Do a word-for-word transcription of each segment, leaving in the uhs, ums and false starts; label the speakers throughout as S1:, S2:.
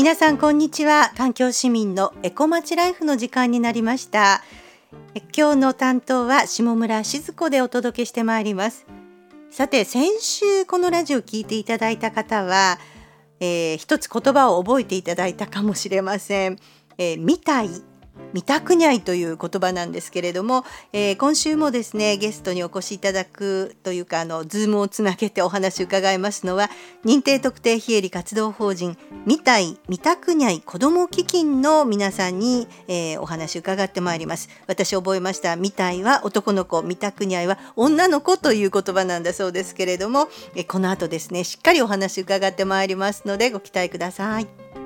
S1: 皆さんこんにちは。環境市民のエコまちライフの時間になりました。え今日の担当は下村静子でお届けしてまいります。さて、先週このラジオを聞いていただいた方は、えー、一つ言葉を覚えていただいたかもしれません。えー、みたいみたくにゃいという言葉なんですけれども、えー、今週もですねゲストにお越しいただくというかあのズームをつなげてお話を伺いますのは、認定特定非営利活動法人みたいみたくにゃい子ども基金の皆さんに、えー、お話を伺ってまいります。私覚えました。みたいは男の子、みたくにゃいは女の子という言葉なんだそうですけれども、えー、この後ですねしっかりお話を伺ってまいりますのでご期待ください。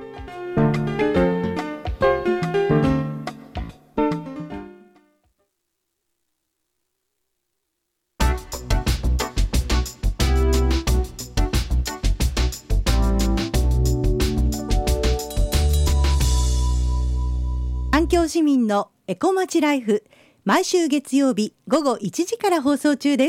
S1: 環境市民のエコまちライフ、毎週月曜日午後いちじから放送中です。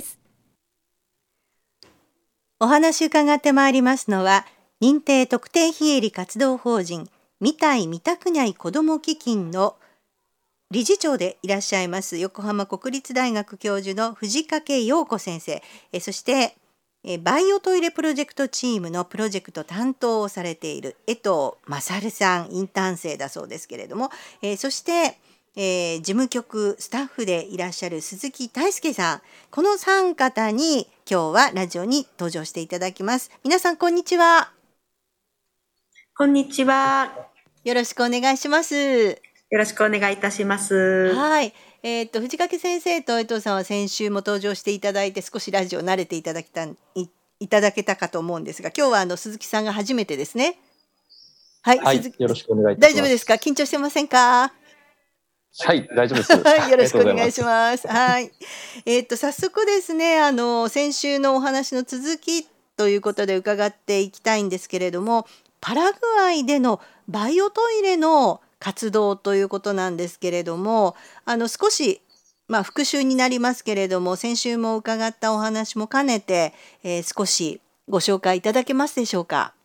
S1: お話伺ってまいりますのは、認定特定非営利活動法人みたいみたくにゃい子ども基金の理事長でいらっしゃいます横浜国立大学教授の藤掛陽子先生、えそしてバイオトイレプロジェクトチームのプロジェクト担当をされている江藤勝さん、インターン生だそうですけれども、えー、そして、えー、事務局スタッフでいらっしゃる鈴木大輔さん、この三方に今日はラジオに登場していただきます。皆さんこんにちは。
S2: こんにちは。
S1: よろしくお願いします。よ
S2: ろしくお願いいたします。
S1: はい。えー、と藤掛先生と江藤さんは先週も登場していただいて、少しラジオ慣れていただきたい、いただけたかと思うんですが、今日はあの鈴木さんが初めてですね。はい、
S3: はい、
S1: 鈴木
S3: よろしくお願いいたします。
S1: 大丈夫ですか？緊張してませんか？
S3: はい、大丈夫です。
S1: はい、よろしくお願いします。はい。えっと早速ですね、あの先週のお話の続きということで伺っていきたいんですけれども、パラグアイでのバイオトイレの活動ということなんですけれども、あの少し、まあ、復習になりますけれども、先週も伺ったお話も兼ねて、えー、少しご紹介いただけますでしょうか？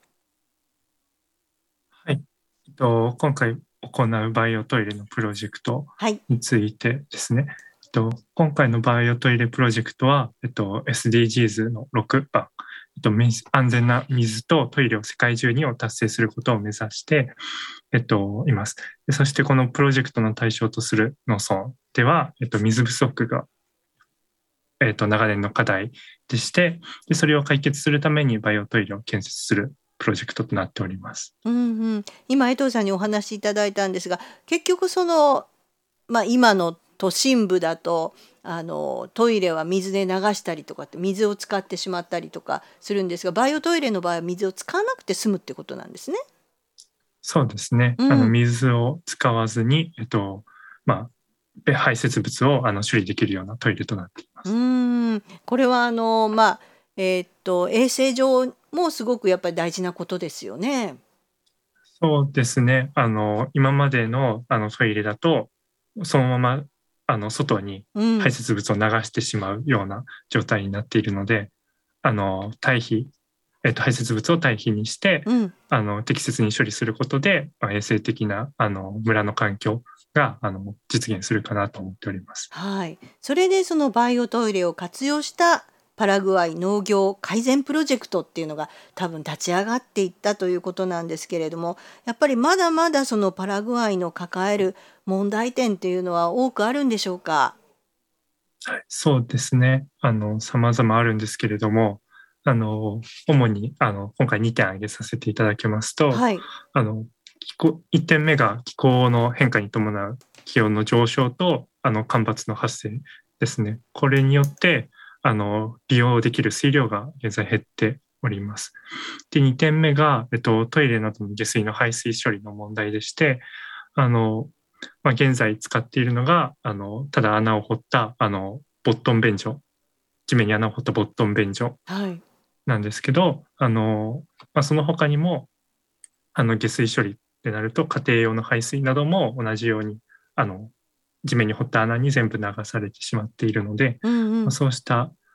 S4: はい、えっと、今回行うバイオトイレのプロジェクトについてですね、はい、えっと、今回のバイオトイレプロジェクトは、えっと、エスディージーズ のろくばん、えっと、安全な水とトイレを世界中にを達成することを目指して、えっと、います。でそしてこのプロジェクトの対象とする農村では、えっと、水不足が、えっと、長年の課題でして、でそれを解決するためにバイオトイレを建設するプロジェクトとなっております。
S1: うんうん、今江藤さんにお話しいただいたんですが、結局その、まあ、今の都心部だとあのトイレは水で流したりとかって水を使ってしまったりとかするんですが、バイオトイレの場合は水を使わなくて済むってことなんですね。
S4: そうですね、うん、あの水を使わずに、えっとまあ、排泄物をあの処理できるようなトイレとなっています。
S1: うーん、これはあの、まあえー、っと衛生上もすごくやっぱり大事なことですよね。
S4: そうですね、あの今までの、あのトイレだとそのままあの外に排泄物を流してしまうような状態になっているので、うん、あの堆肥えっと、排泄物を堆肥にして、うん、あの適切に処理することで、まあ、衛生的なあの村の環境があの実現するかなと思っております。
S1: はい、それでそのバイオトイレを活用したパラグアイ農業改善プロジェクトっていうのが多分立ち上がっていったということなんですけれども、やっぱりまだまだそのパラグアイの抱える問題点っていうのは多くあるんでしょうか？
S4: はい、そうですね、あの様々あるんですけれども、あの主にあの今回にてん挙げさせていただきますと、はい、あの気候いってんめが気候の変化に伴う気温の上昇とあの干ばつの発生ですね。これによってあの利用できる水量が現在減っております。でにてんめが、えっと、トイレなどの下水の排水処理の問題でして、あの、まあ、現在使っているのがあのただ穴を掘ったあのボットン便所、地面に穴を掘ったボットン便所、はいなんですけど、あのまあ、その他にもあの下水処理ってなると家庭用の排水なども同じようにあの地面に掘った穴に全部流されてしまっているので、うんうんまあ、そうした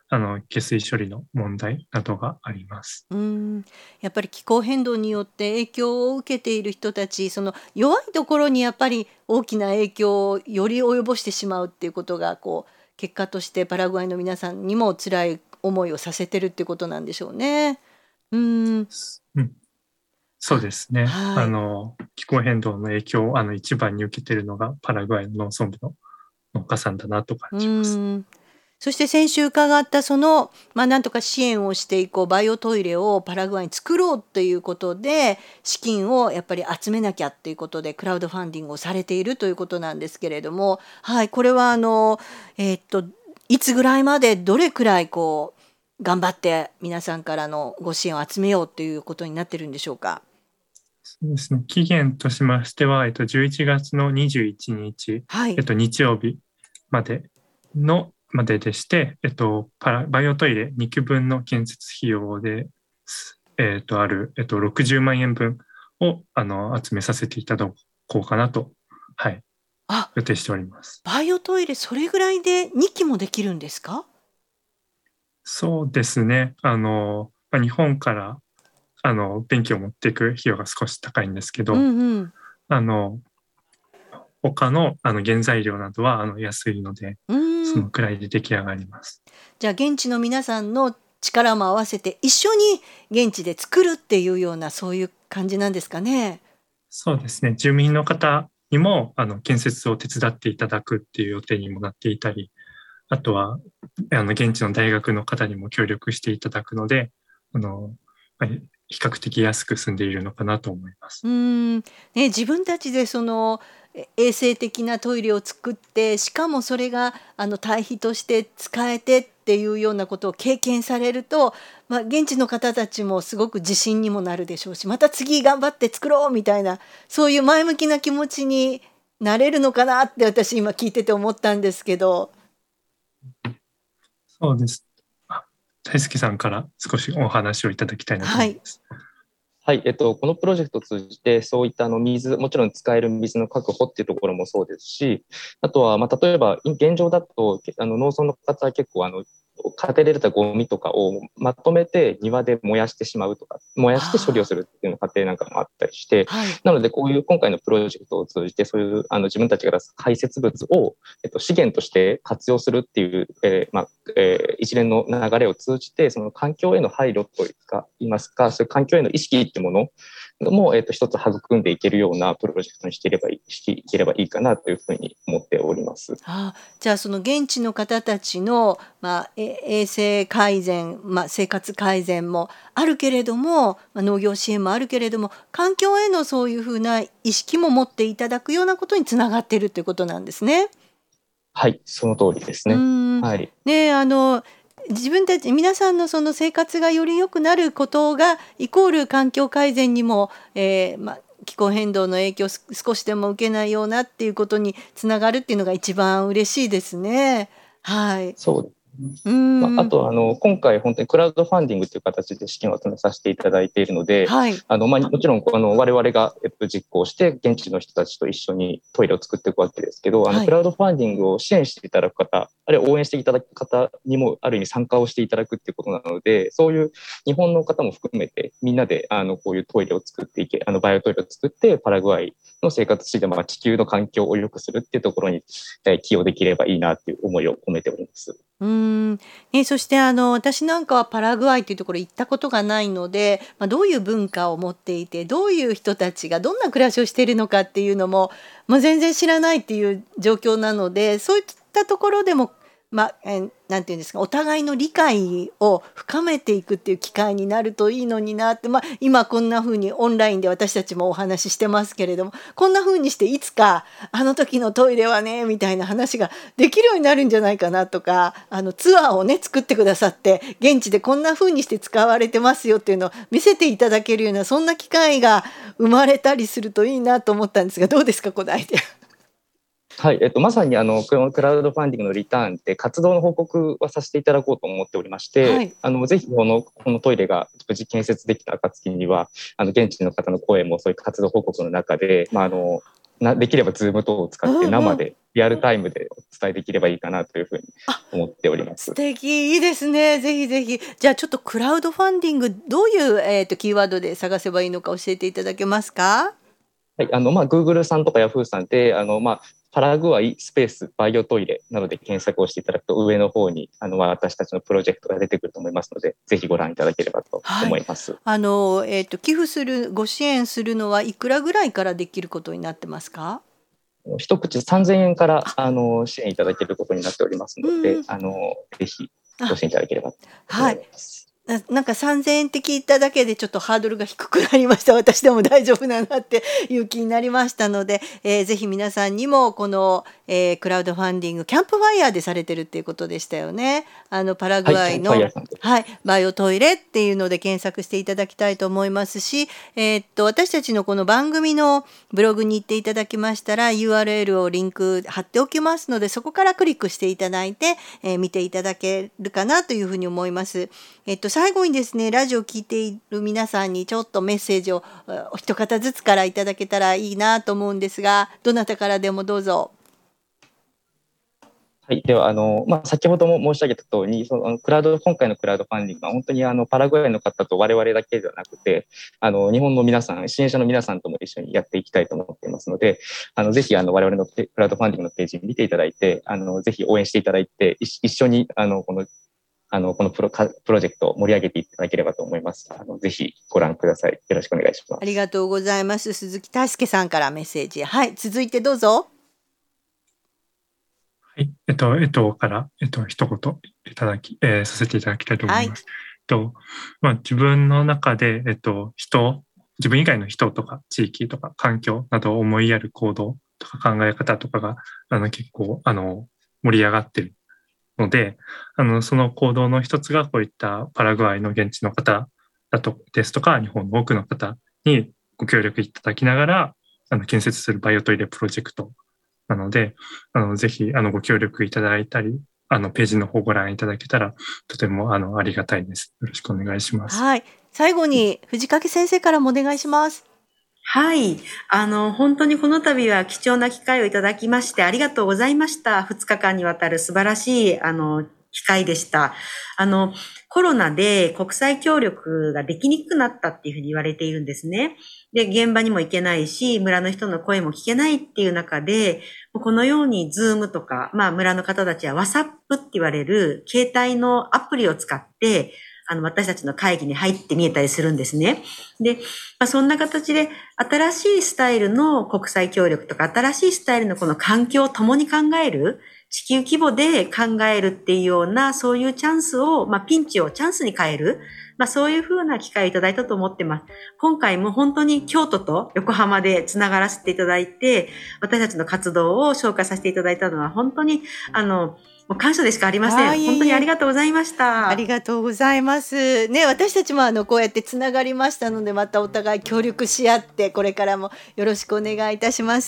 S4: あの下水処理の問題などがあります。
S1: うん、やっぱり気候変動によって影響を受けている人たち、その弱いところにやっぱり大きな影響をより及ぼしてしまうっていうことがこう結果としてパラグアイの皆さんにも辛い思いをさせてるってことなんでしょうね。うん、
S4: うん、そうですね。
S1: はい、
S4: あの気候変動の影響をあの一番に受けているのがパラグアイの農村部の農家さんだなと感じます。
S1: うん、そして先週伺ったその、まあ、なんとか支援をしていこうバイオトイレをパラグアイに作ろうということで資金をやっぱり集めなきゃっていうことでクラウドファンディングをされているということなんですけれども、はい、これはあの、えーっといつぐらいまでどれくらいこう頑張って皆さんからのご支援を集めようということになってるんでしょうか。
S4: そうですね。期限としましては、えっと、じゅういちがつのにじゅういちにち、
S1: はい、
S4: えっと、日曜日までのまででして、えっと、パラバイオトイレにきゅぶんの建設費用で、えっと、ある、えっと、ろくじゅうまんえんぶんをあの集めさせていただこうかなと、はい、
S1: あ、
S4: 予定しております。
S1: バイオトイレそれぐらいでにきもできるんですか？
S4: そうですね。あの、まあ、日本からあの電気を持っていく費用が少し高いんですけど、
S1: うんうん、
S4: あの他のあの原材料などはあの安いので、
S1: うーん。
S4: そのくらいで出来上がります。
S1: じゃあ現地の皆さんの力も合わせて一緒に現地で作るっていうようなそういう感じなんですかね。
S4: そうですね。住民の方にもあの建設を手伝っていただくっていう予定にもなっていたり、あとはあの現地の大学の方にも協力していただくので、あの比較的安く済んでいるのかなと思います。
S1: うーん、ね、自分たちでそのえ衛生的なトイレを作って、しかもそれがあの堆肥として使えてっていうようなことを経験されると、まあ、現地の方たちもすごく自信にもなるでしょうし、また次頑張って作ろうみたいな、そういう前向きな気持ちになれるのかなって私今聞いてて思ったんですけど。
S4: そうです。あ、大輔さんから少しお話をいただきたいなと
S1: はい。
S4: 思います。
S3: はい、えっと、このプロジェクトを通じて、そういったあの水、もちろん使える水の確保っていうところもそうですし、あとは、まあ、例えば、現状だと、あの農村の方は結構、あの、家庭で出たゴミとかをまとめて庭で燃やしてしまうとか、燃やして処理を
S1: あ
S3: するっていうの家庭なんかもあったりして、
S1: あ、はい。
S3: なので、こういう今回のプロジェクトを通じて、そういうあの自分たちが出す排泄物を、えっと、資源として活用するっていう、えーまあえー一連の流れを通じて、その環境への配慮といいますか、そういう環境への意識っていうものも、えっと、一つ育んでいけるようなプロジェクトにしていればいい、していければいいかなというふうに思っております。
S1: ああ、じゃあその現地の方たちの、まあ、え衛生改善、まあ、生活改善もあるけれども、まあ、農業支援もあるけれども、環境へのそういうふうな意識も持っていただくようなことにつながっているということなんですね。
S3: はい、その通りです
S1: う
S3: ね。
S1: ーん、
S3: はい。
S1: ね、あの自分たち皆さんのその生活がより良くなることがイコール環境改善にも、えーまあ、気候変動の影響を少しでも受けないようなっていうことにつながるっていうのが一番嬉しいですね。はい。
S3: そうです。
S1: うー
S3: まあ、あ
S1: ん。
S3: とあの今回本当にクラウドファンディングという形で資金を集めさせていただいているので、
S1: はい。
S3: あのまあ、もちろんこの我々が、えっと、実行して現地の人たちと一緒にトイレを作っていくわけですけど、あの
S1: はい。
S3: クラウドファンディングを支援していただく方、あるいは応援していただく方にもある意味参加をしていただくっていうことなので、そういう日本の方も含めてみんなであのこういうトイレを作っていけ、あのバイオトイレを作ってパラグアイの生活して、まあ、地球の環境を良くするっていうところに、えー、寄与できればいいなっていう思いを込めております。
S1: うーん、ね、そしてあの私なんかはパラグアイというところ行ったことがないので、まあ、どういう文化を持っていてどういう人たちがどんな暮らしをしているのかっていうのも、まあ、全然知らないっていう状況なので、そういったところでも、まあ、えーなんていうんですか、お互いの理解を深めていくっていう機会になるといいのになって、まあ、今こんな風にオンラインで私たちもお話ししてますけれども、こんな風にしていつかあの時のトイレはねみたいな話ができるようになるんじゃないかなとか、あのツアーをね作ってくださって現地でこんな風にして使われてますよっていうのを見せていただけるようなそんな機会が生まれたりするといいなと思ったんですが、どうですかこのアイデア。
S3: はい、えっと、まさにあのクラウドファンディングのリターンって活動の報告はさせていただこうと思っておりまして、
S1: はい、
S3: あのぜひこのこのトイレが無事建設できた暁にはあの現地の方の声もそういう活動報告の中で、まあ、あのなできれば Zoom 等を使って生でリアルタイムでお伝えできればいいかなというふうに思っております。
S1: 素敵、いいですね。ぜひぜひ。じゃあちょっとクラウドファンディングどういう、えーと、キーワードで探せばいいのか教えていただけますか？
S3: はい、あのまあ Google さんとか Yahoo さんであのまあパラグアイスペースバイオトイレなどで検索をしていただくと上の方にあの私たちのプロジェクトが出てくると思いますので、ぜひご覧いただければと思います。
S1: はい、あのえっと寄付するご支援するのはいくらぐらいからできることになってますか？
S3: 一口さんぜんえんからあの支援いただけることになっておりますので、うん、あのぜひご支援いただければと思います。
S1: な, なんかさんぜんえんって聞いただけでちょっとハードルが低くなりました。私でも大丈夫だなっていう気になりましたので、えー、ぜひ皆さんにもこの、えー、クラウドファンディングキャンプファイヤーでされてるっていうことでしたよね。あのパラグアイの、はいはい、バイオトイレっていうので検索していただきたいと思いますし、えー、っと私たちのこの番組のブログに行っていただきましたら ユーアールエル をリンク貼っておきますので、そこからクリックしていただいて、えー、見ていただけるかなというふうに思います。えっと、最後にですね、ラジオを聞いている皆さんにちょっとメッセージをお一方ずつからいただけたらいいなと思うんですが、どなたからでもどうぞ。
S3: はい、ではあの、まあ、先ほども申し上げた通り、そのクラウド今回のクラウドファンディングは本当にあのパラグアイの方と我々だけではなくて、あの日本の皆さん、支援者の皆さんとも一緒にやっていきたいと思っていますので、あのぜひあの我々のクラウドファンディングのページ見ていただいて、あのぜひ応援していただいて、一緒にあのこのあのこのプ ロ, プロジェクトを盛り上げていただければと思います。あのぜひご覧ください。よろしくお願いします。
S1: ありがとうございます。鈴木大輔さんからメッセージ。はい、続いてどうぞ。
S4: はい、えっと、えっと、から、えっと、一言いただき、えー、させていただきたいと思います。はい、えっと、まあ、自分の中で、えっと、人、自分以外の人とか地域とか環境などを思いやる行動とか考え方とかが、あの、結構、あの、盛り上がってるので、あの、その行動の一つがこういったパラグアイの現地の方だと、ですとか、日本の多くの方にご協力いただきながら、あの、建設するバイオトイレプロジェクトなので、あのぜひあのご協力いただいたり、あのページの方をご覧いただけたらとてもあのありがたいです。よろしくお願いします。
S1: はい。最後に藤掛先生からもお願いします。
S2: はい。あの、本当にこの度は貴重な機会をいただきましてありがとうございました。ふつかかんにわたる素晴らしい、あの、機会でした。あの、コロナで国際協力ができにくくなったっていうふうに言われているんですね。で、現場にも行けないし、村の人の声も聞けないっていう中で、このように Zoom とか、まあ村の方たちは WhatsApp って言われる携帯のアプリを使って、あの、私たちの会議に入って見えたりするんですね。で、まあ、そんな形で新しいスタイルの国際協力とか、新しいスタイルのこの環境を共に考える、地球規模で考えるっていうような、そういうチャンスを、まあ、ピンチをチャンスに変える、まあ、そういうふうな機会をいただいたと思ってます。今回も本当に京都と横浜でつながらせていただいて、私たちの活動を紹介させていただいたのは、本当に、あの、もう感謝でしかありません。本当にありがとうございました。
S1: ありがとうございます。ね、私たちもあのこうやってつながりましたので、またお互い協力し合ってこれからもよろしくお願いいたします。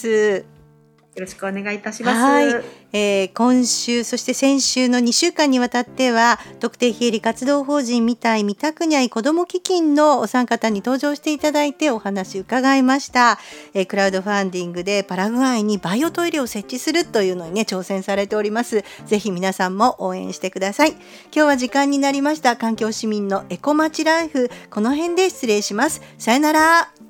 S2: よろしくお願いいたします。
S1: はい、えー、今週そして先週のにしゅうかんにわたっては特定非営利活動法人みたいみたくにゃい子ども基金のお三方に登場していただいてお話伺いました。えー、クラウドファンディングでパラグアイにバイオトイレを設置するというのにね挑戦されております。ぜひ皆さんも応援してください。今日は時間になりました。環境市民のエコまちライフ、この辺で失礼します。さよなら。